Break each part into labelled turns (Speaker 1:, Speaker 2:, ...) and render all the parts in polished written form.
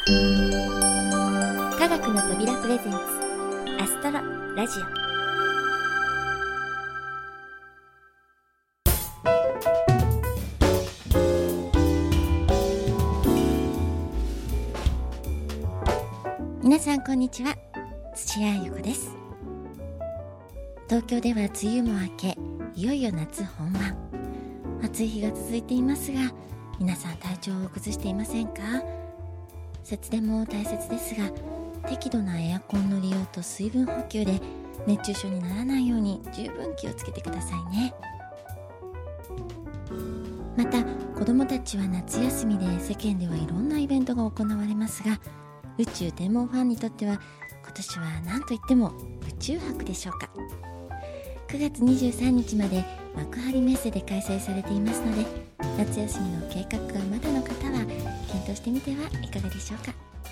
Speaker 1: 科学の扉プレゼンツアストロラジオ。皆さんこんにちは、土屋ゆ子です。東京では梅雨も明け、いよいよ夏本番。暑い日が続いていますが、皆さん体調を崩していませんか？節電も大切ですが、適度なエアコンの利用と水分補給で熱中症にならないように十分気をつけてくださいね。また子どもたちは夏休みで世間ではいろんなイベントが行われますが、宇宙天文ファンにとっては今年は何といっても宇宙博でしょうか。9月23日まで幕張メッセで開催されていますので、夏休みの計画がまだの方は検討してみてはいかがでしょうか。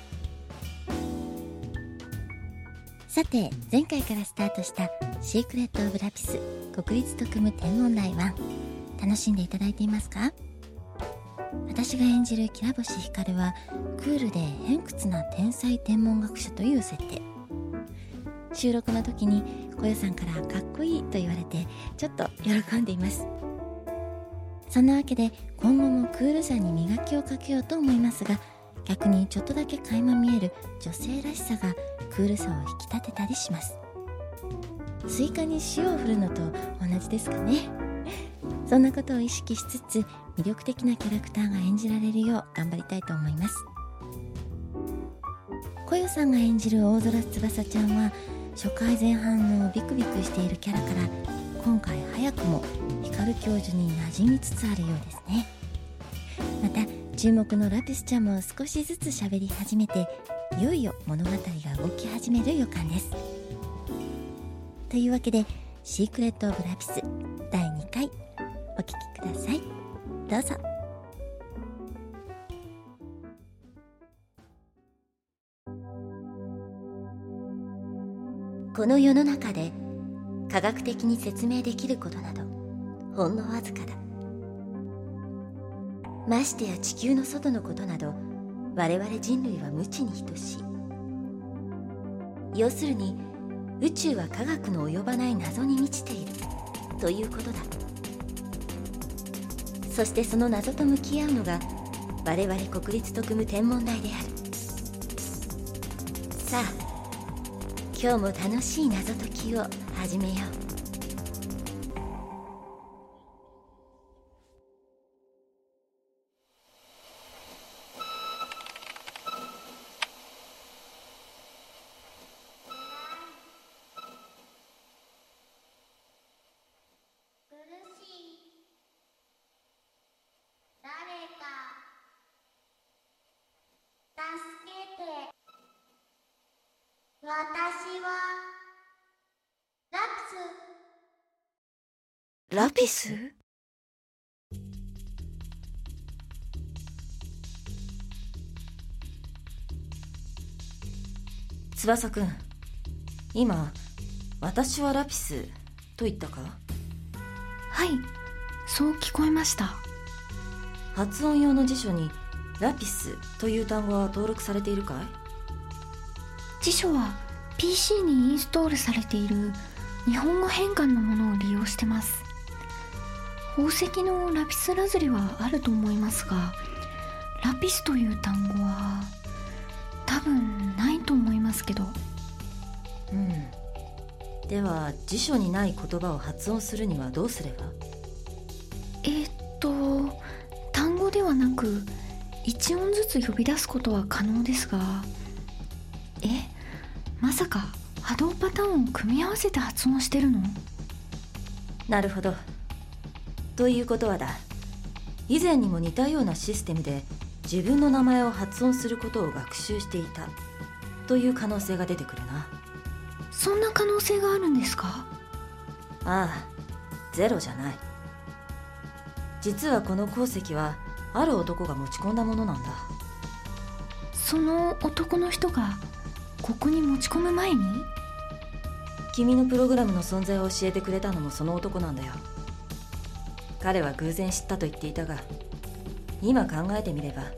Speaker 1: さて、前回からスタートしたシークレット・オブ・ラピス国立特務天文台1、楽しんでいただいていますか？私が演じるきら星光はクールで偏屈な天才天文学者という設定。収録の時に小夜さんからかっこいいと言われてちょっと喜んでいます。そんなわけで今後もクールさに磨きをかけようと思いますが、逆にちょっとだけ垣間見える女性らしさがクールさを引き立てたりします。スイカに塩を振るのと同じですかね。そんなことを意識しつつ魅力的なキャラクターが演じられるよう頑張りたいと思います。小夜さんが演じる大空翼ちゃんは初回前半のビクビクしているキャラから今回早くも光教授に馴染みつつあるようですね。また注目のラピスちゃんも少しずつ喋り始めて、いよいよ物語が動き始める予感です。というわけでシークレット・オブ・ラピス第2回お聞きください。どうぞ。この世の中で科学的に説明できることなどほんのわずかだ。ましてや地球の外のことなど我々人類は無知に等しい。要するに宇宙は科学の及ばない謎に満ちているということだ。そしてその謎と向き合うのが我々国立特務天文台である。さあ今日も楽しい謎解きを始めよう。
Speaker 2: 苦しい。誰か助けて。私は
Speaker 1: ラピス？
Speaker 3: 翼くん、今私はラピスと言ったか？
Speaker 4: はい、そう聞こえました。
Speaker 3: 発音用の辞書にラピスという単語は登録されているかい？
Speaker 4: 辞書は PC にインストールされている日本語変換のものを利用してます。宝石のラピスラズリはあると思いますが、ラピスという単語は多分ないと思いますけど。
Speaker 3: では辞書にない言葉を発音するにはどうすれば？
Speaker 4: 単語ではなく一音ずつ呼び出すことは可能ですが、まさか波動パターンを組み合わせて発音してるの？
Speaker 3: なるほど。ということはだ、以前にも似たようなシステムで自分の名前を発音することを学習していたという可能性が出てくるな。
Speaker 4: そんな可能性があるんですか？
Speaker 3: ああ、ゼロじゃない。実はこの鉱石はある男が持ち込んだものなんだ。
Speaker 4: その男の人がここに持ち込む前に？
Speaker 3: 君のプログラムの存在を教えてくれたのもその男なんだよ。彼は偶然知ったと言っていたが、今考えてみれば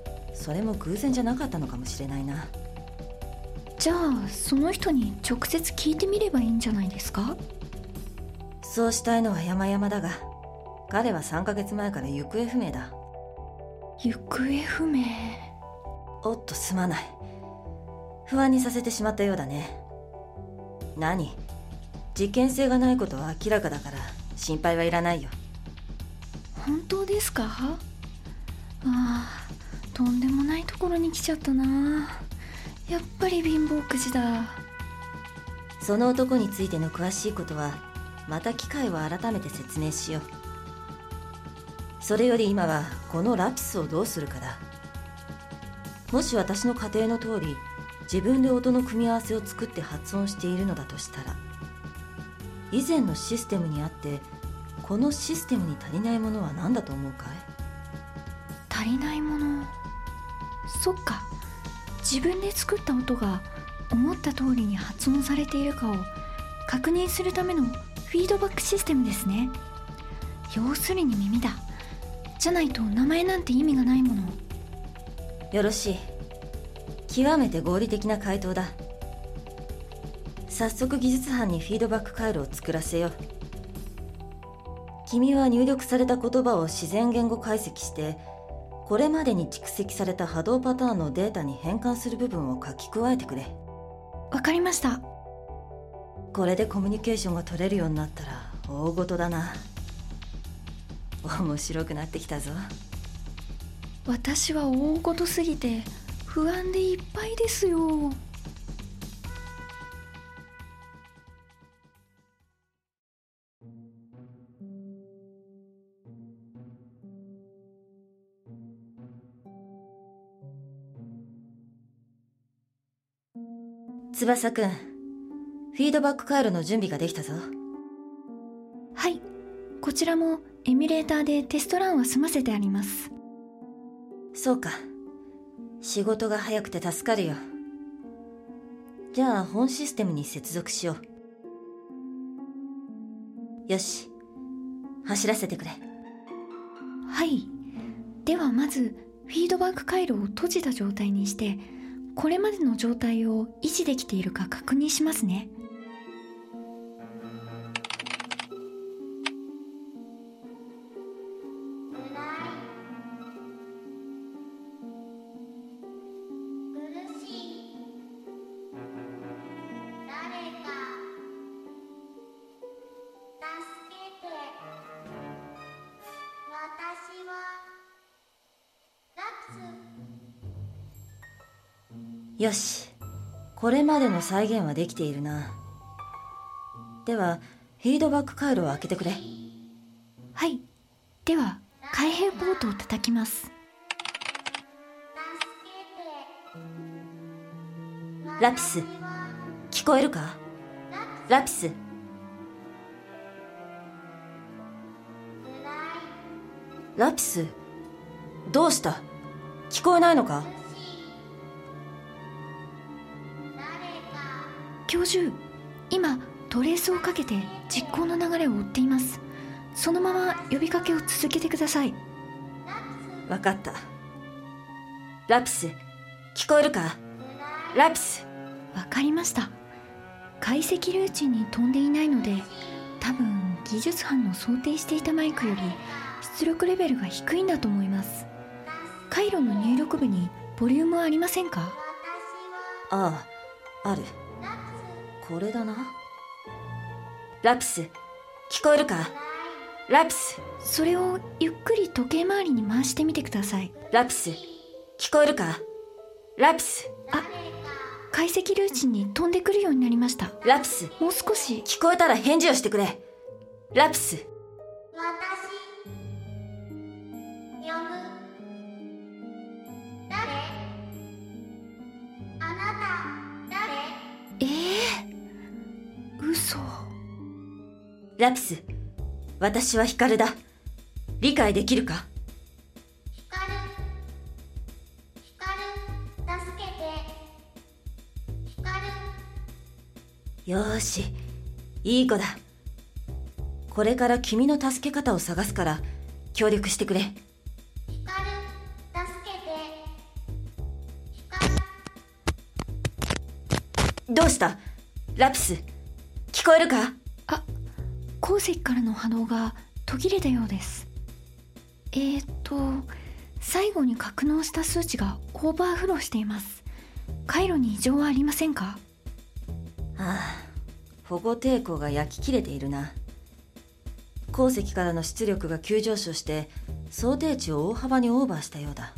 Speaker 3: それも偶然じゃなかったのかもしれないな。
Speaker 4: じゃあその人に直接聞いてみればいいんじゃないですか？
Speaker 3: そうしたいのは山々だが、彼は3ヶ月前から行方不明だ。
Speaker 4: 行方不明。
Speaker 3: おっと、すまない。不安にさせてしまったようだね。何？事件性がないことは明らかだから心配はいらないよ。
Speaker 4: 本当ですか？ああ、とんでもないところに来ちゃったな。やっぱり貧乏くじだ。
Speaker 3: その男についての詳しいことはまた機会を改めて説明しよう。それより今はこのラピスをどうするかだ。もし私の仮定の通り自分で音の組み合わせを作って発音しているのだとしたら、以前のシステムにあってこのシステムに足りないものは何だと思うかい？
Speaker 4: 足りないもの。そっか、自分で作った音が思った通りに発音されているかを確認するためのフィードバックシステムですね。要するに耳だ。じゃないと名前なんて意味がないもの。
Speaker 3: よろしい。極めて合理的な回答だ。早速技術班にフィードバック回路を作らせよう。君は入力された言葉を自然言語解析して、これまでに蓄積された波動パターンのデータに変換する部分を書き加えてくれ。
Speaker 4: わかりました。
Speaker 3: これでコミュニケーションが取れるようになったら大事だな。面白くなってきたぞ。
Speaker 4: 私は大事すぎて不安でいっぱいですよ。
Speaker 3: 翼くん、フィードバック回路の準備ができたぞ。
Speaker 4: はい、こちらもエミュレーターでテストランは済ませてあります。
Speaker 3: そうか、仕事が早くて助かるよ。じゃあ本システムに接続しよう。よし、走らせてくれ。
Speaker 4: はい、ではまずフィードバック回路を閉じた状態にして、これまでの状態を維持できているか確認しますね。
Speaker 3: よし、これまでの再現はできているな。ではフィードバック回路を開けてくれ。
Speaker 4: はい、では開閉ポートを叩きます。
Speaker 3: ラピス、聞こえるか？ラピス。ラピス、どうした？聞こえないのか？
Speaker 4: 教授、今トレースをかけて実行の流れを追っています。そのまま呼びかけを続けてください。
Speaker 3: わかった。ラピス、聞こえるか？ラピス。
Speaker 4: わかりました。解析ルーチンに飛んでいないので、多分技術班の想定していたマイクより出力レベルが低いんだと思います。回路の入力部にボリュームはありませんか？
Speaker 3: ああ、ある。これだな。ラピス、聞こえるか？ラピス。
Speaker 4: それをゆっくり時計回りに回してみてください。
Speaker 3: ラピス、聞こえるか？ラピス。
Speaker 4: あ、解析ルーチンに飛んでくるようになりました。
Speaker 3: ラピス、
Speaker 4: もう少し。
Speaker 3: 聞こえたら返事をしてくれ。ラピス。
Speaker 2: 私呼ぶ。誰？あなた誰？
Speaker 4: 嘘。
Speaker 3: ラピス、私はヒカルだ。理解できるか？
Speaker 2: ヒカル、助けて。ヒカル。
Speaker 3: よーし、いい子だ。これから君の助け方を探すから協力してくれ。
Speaker 2: ヒカル、助けて。
Speaker 3: どうしたラピス、聞こえるか？
Speaker 4: 鉱石からの波動が途切れたようです。最後に格納した数値がオーバーフローしています。回路に異常はありませんか？
Speaker 3: 保護抵抗が焼き切れているな。鉱石からの出力が急上昇して想定値を大幅にオーバーしたようだ。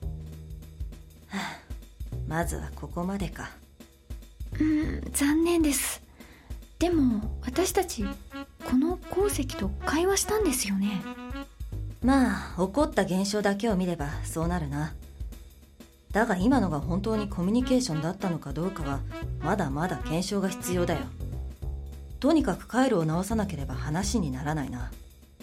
Speaker 3: まずはここまでか。
Speaker 4: 残念です。でも私たちこの鉱石と会話したんですよね。
Speaker 3: まあ起こった現象だけを見ればそうなるな。だが今のが本当にコミュニケーションだったのかどうかはまだまだ検証が必要だよ。とにかく回路を直さなければ話にならないな。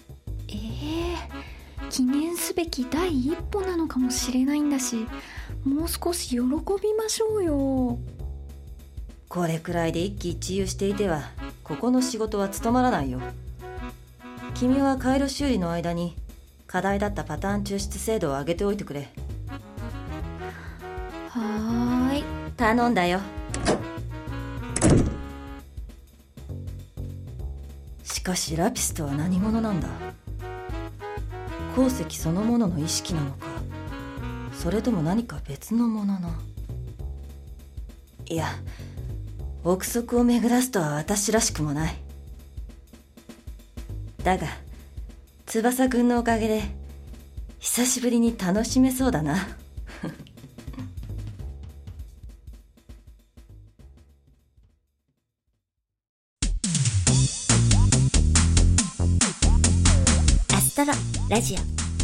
Speaker 4: 記念すべき第一歩なのかもしれないんだし、もう少し喜びましょうよ。
Speaker 3: これくらいで一喜一憂していてはここの仕事は務まらないよ。君は回路修理の間に課題だったパターン抽出精度を上げておいてくれ。
Speaker 4: はーい、
Speaker 3: 頼んだよ。しかしラピスとは何者なんだ？鉱石そのものの意識なのか、それとも何か別のものの。いや、憶測を巡らすとは私らしくもない。だが翼くんのおかげで久しぶりに楽しめそうだな。
Speaker 1: アストロラジオ。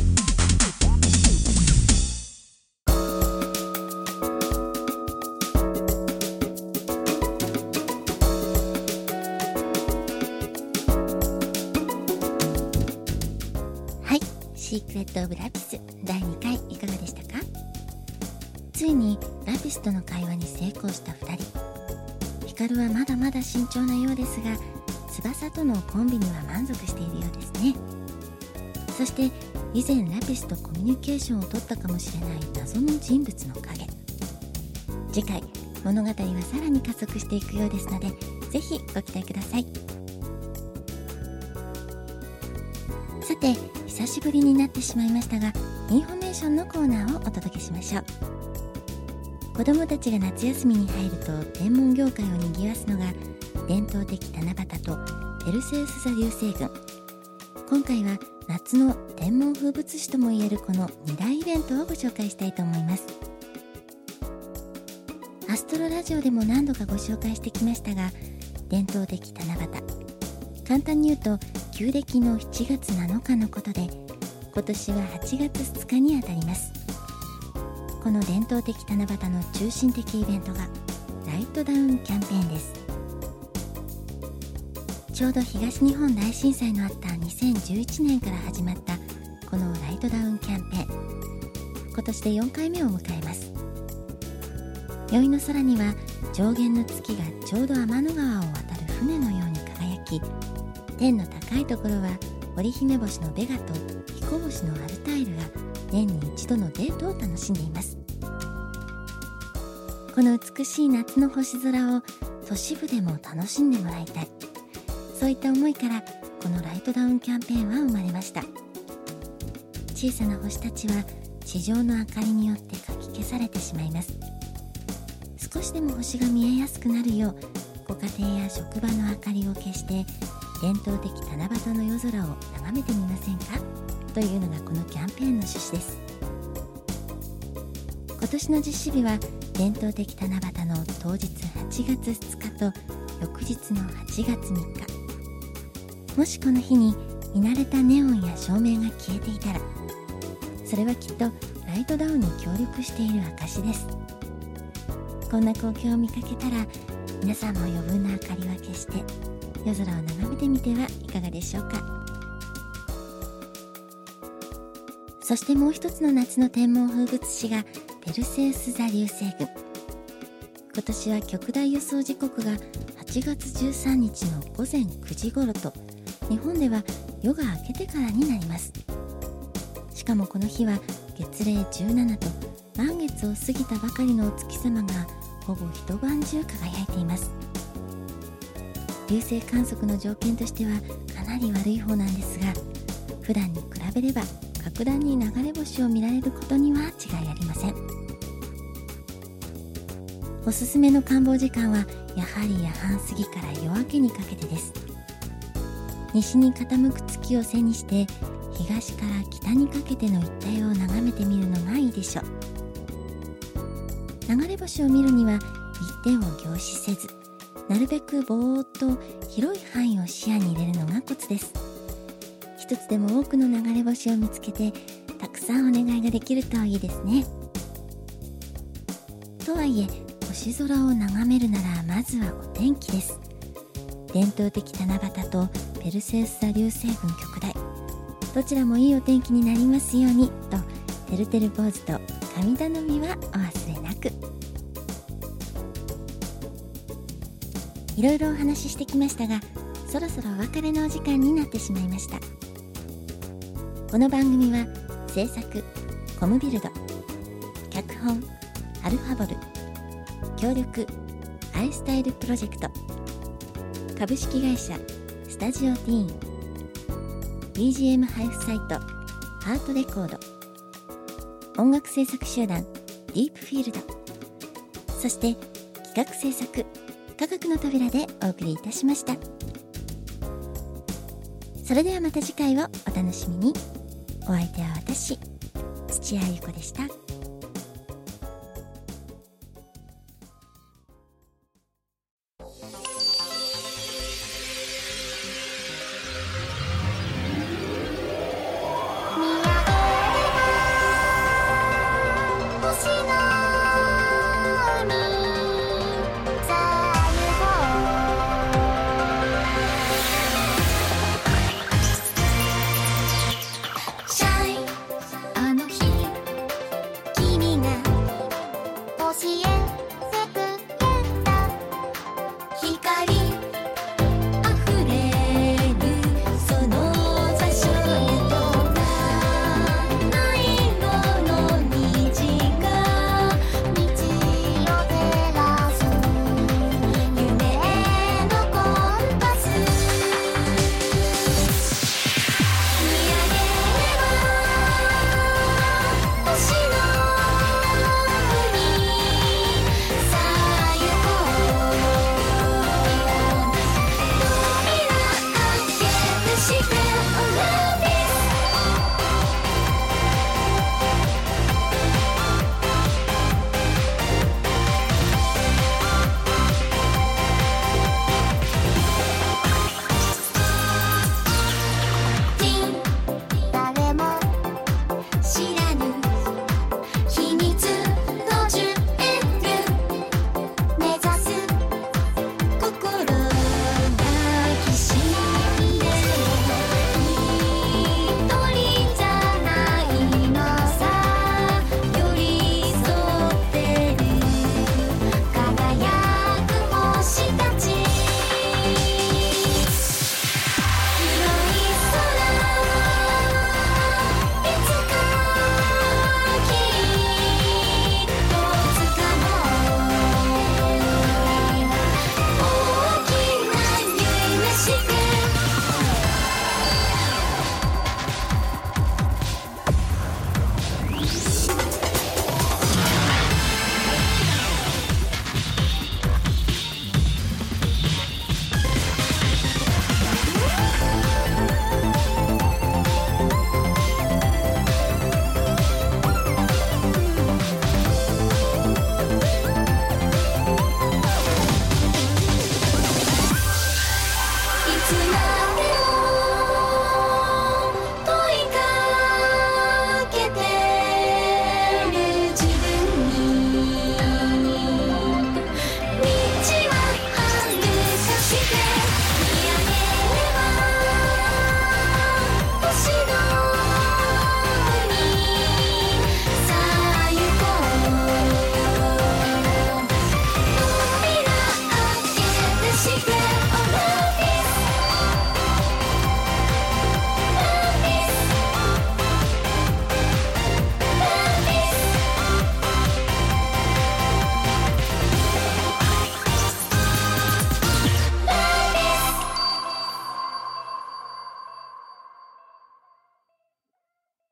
Speaker 1: シークレット・オブ・ラピス第2回いかがでしたか？ついにラピスとの会話に成功した2人。ヒカルはまだまだ慎重なようですが、翼とのコンビには満足しているようですね。そして以前ラピスとコミュニケーションを取ったかもしれない謎の人物の影。次回物語はさらに加速していくようですので、ぜひご期待ください。さて、久しぶりになってしまいましたが、インフォメーションのコーナーをお届けしましょう。子どもたちが夏休みに入ると天文業界をにぎわすのが伝統的七夕とペルセウス座流星群。今回は夏の天文風物詩ともいえるこの2大イベントをご紹介したいと思います。アストロラジオでも何度かご紹介してきましたが、伝統的七夕、簡単に言うと旧暦の7月7日のことで、今年は8月2日にあたります。この伝統的七夕の中心的イベントがライトダウンキャンペーンです。ちょうど東日本大震災のあった2011年から始まったこのライトダウンキャンペーン、今年で4回目を迎えます。宵の空には上弦の月がちょうど天の川を渡る船のように輝き、天の高いところは織姫星のベガと彦星のアルタイルが年に一度のデートを楽しんでいます。この美しい夏の星空を都市部でも楽しんでもらいたい、そういった思いからこのライトダウンキャンペーンは生まれました。小さな星たちは地上の明かりによってかき消されてしまいます。少しでも星が見えやすくなるよう、ご家庭や職場の明かりを消して伝統的七夕の夜空を眺めてみませんかというのがこのキャンペーンの趣旨です。今年の実施日は伝統的七夕の当日8月2日と翌日の8月3日。もしこの日に見慣れたネオンや照明が消えていたら、それはきっとライトダウンに協力している証です。こんな光景を見かけたら、皆さんも余分な明かりは消して夜空を眺めてみてはいかがでしょうか。そしてもう一つの夏の天文風物詩がペルセウス座流星群。今年は極大予想時刻が8月13日の午前9時頃と、日本では夜が明けてからになります。しかもこの日は月齢17と満月を過ぎたばかりのお月様がほぼ一晩中輝いています。流星観測の条件としてはかなり悪い方なんですが、普段に比べれば格段に流れ星を見られることには違いありません。おすすめの観望時間はやはり夜半過ぎから夜明けにかけてです。西に傾く月を背にして東から北にかけての一帯を眺めてみるのがいいでしょう。流れ星を見るには一点を凝視せず、なるべくぼーっと広い範囲を視野に入れるのがコツです。一つでも多くの流れ星を見つけてたくさんお願いができるといいですね。とはいえ星空を眺めるならまずはお天気です。伝統的七夕とペルセウス座流星群極大、どちらもいいお天気になりますようにとてるてる坊主と神頼みはお忘れなく。いろいろお話ししてきましたが、そろそろお別れのお時間になってしまいました。この番組は制作コムビルド、脚本アルファボル、協力アイスタイルプロジェクト、株式会社スタジオティーン、 BGM 配布サイトハートレコード、音楽制作集団ディープフィールド、そして企画制作科学の扉でお送りいたしました。それではまた次回をお楽しみに。お相手は私、土屋ゆ子でした。